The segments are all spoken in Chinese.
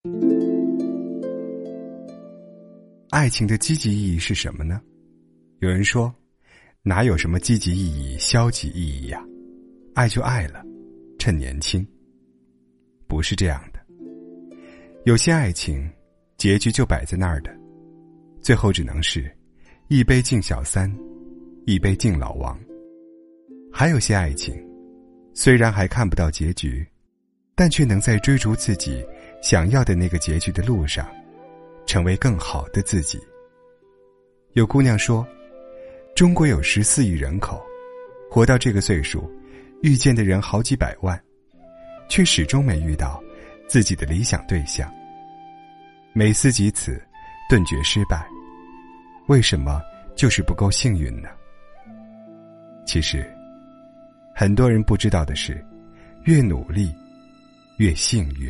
爱情的积极意义是什么呢？有人说，哪有什么积极意义、消极意义呀？爱就爱了，趁年轻。不是这样的。有些爱情，结局就摆在那儿的，最后只能是一杯敬小三，一杯敬老王。还有些爱情，虽然还看不到结局，但却能在追逐自己想要的那个结局的路上，成为更好的自己。有姑娘说，中国有14亿人口，活到这个岁数，遇见的人好几百万，却始终没遇到自己的理想对象。每思及此，顿觉失败。为什么就是不够幸运呢？其实，很多人不知道的是，越努力，越幸运。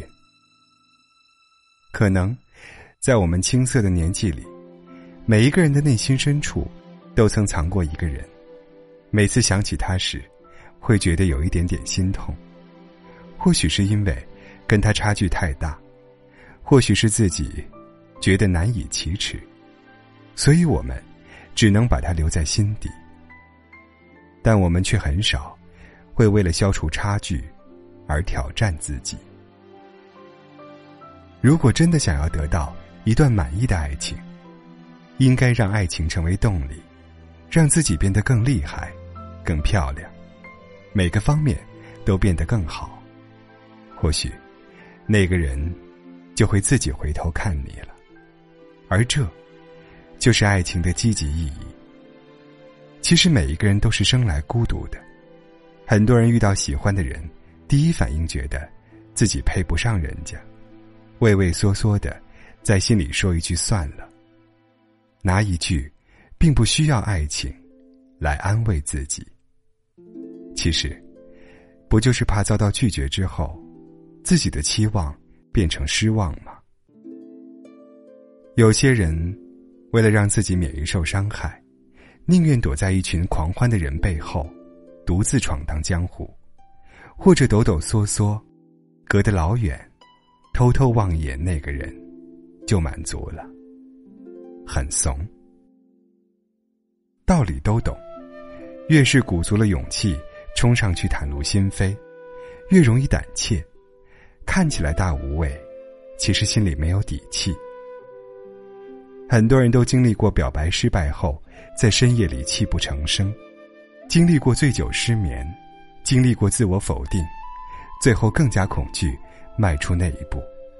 可能，在我们青涩的年纪里，每一个人的内心深处，都曾藏过一个人。每次想起他时，会觉得有一点点心痛。或许是因为跟他差距太大，或许是自己觉得难以启齿，所以我们只能把他留在心底。但我们却很少会为了消除差距而挑战自己。如果真的想要得到一段满意的爱情，应该让爱情成为动力，让自己变得更厉害，更漂亮，每个方面都变得更好。或许那个人就会自己回头看你了，而这就是爱情的积极意义。其实每一个人都是生来孤独的，很多人遇到喜欢的人，第一反应觉得自己配不上人家，畏畏缩缩的在心里说一句算了，拿一句并不需要爱情来安慰自己。其实不就是怕遭到拒绝之后，自己的期望变成失望吗？有些人为了让自己免于受伤害，宁愿躲在一群狂欢的人背后，独自闯荡江湖，或者抖抖嗦嗦，隔得老远，偷偷望一眼那个人，就满足了。很怂。道理都懂，越是鼓足了勇气冲上去袒露心扉，越容易胆怯，看起来大无畏，其实心里没有底气。很多人都经历过表白失败后在深夜里泣不成声，经历过醉酒失眠，经历过自我否定，最后更加恐惧迈出那一步。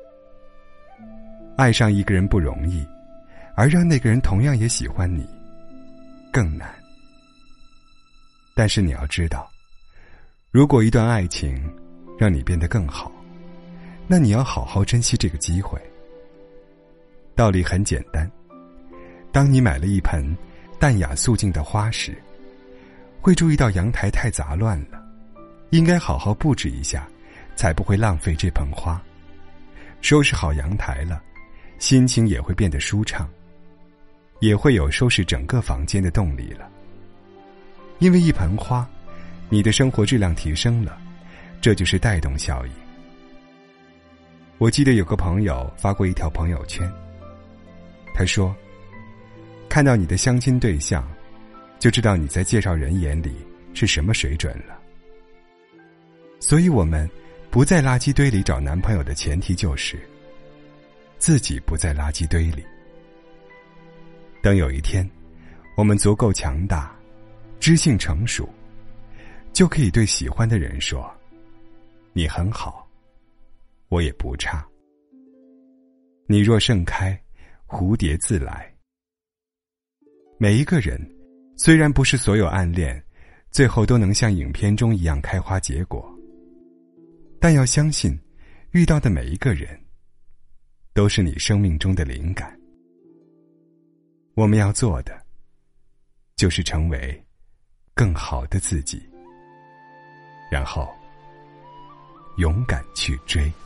爱上一个人不容易，而让那个人同样也喜欢你更难。但是你要知道，如果一段爱情让你变得更好，那你要好好珍惜这个机会。道理很简单，当你买了一盆淡雅素净的花时，会注意到阳台太杂乱了，应该好好布置一下，才不会浪费这盆花。收拾好阳台了，心情也会变得舒畅，也会有收拾整个房间的动力了。因为一盆花，你的生活质量提升了，这就是带动效应。我记得有个朋友发过一条朋友圈，他说，看到你的相亲对象，就知道你在介绍人眼里是什么水准了。所以我们不在垃圾堆里找男朋友的前提就是自己不在垃圾堆里。等有一天我们足够强大，知性成熟，就可以对喜欢的人说，你很好，我也不差。你若盛开，蝴蝶自来。每一个人，虽然不是所有暗恋最后都能像影片中一样开花结果，但要相信，遇到的每一个人都是你生命中的灵感。我们要做的就是成为更好的自己，然后勇敢去追。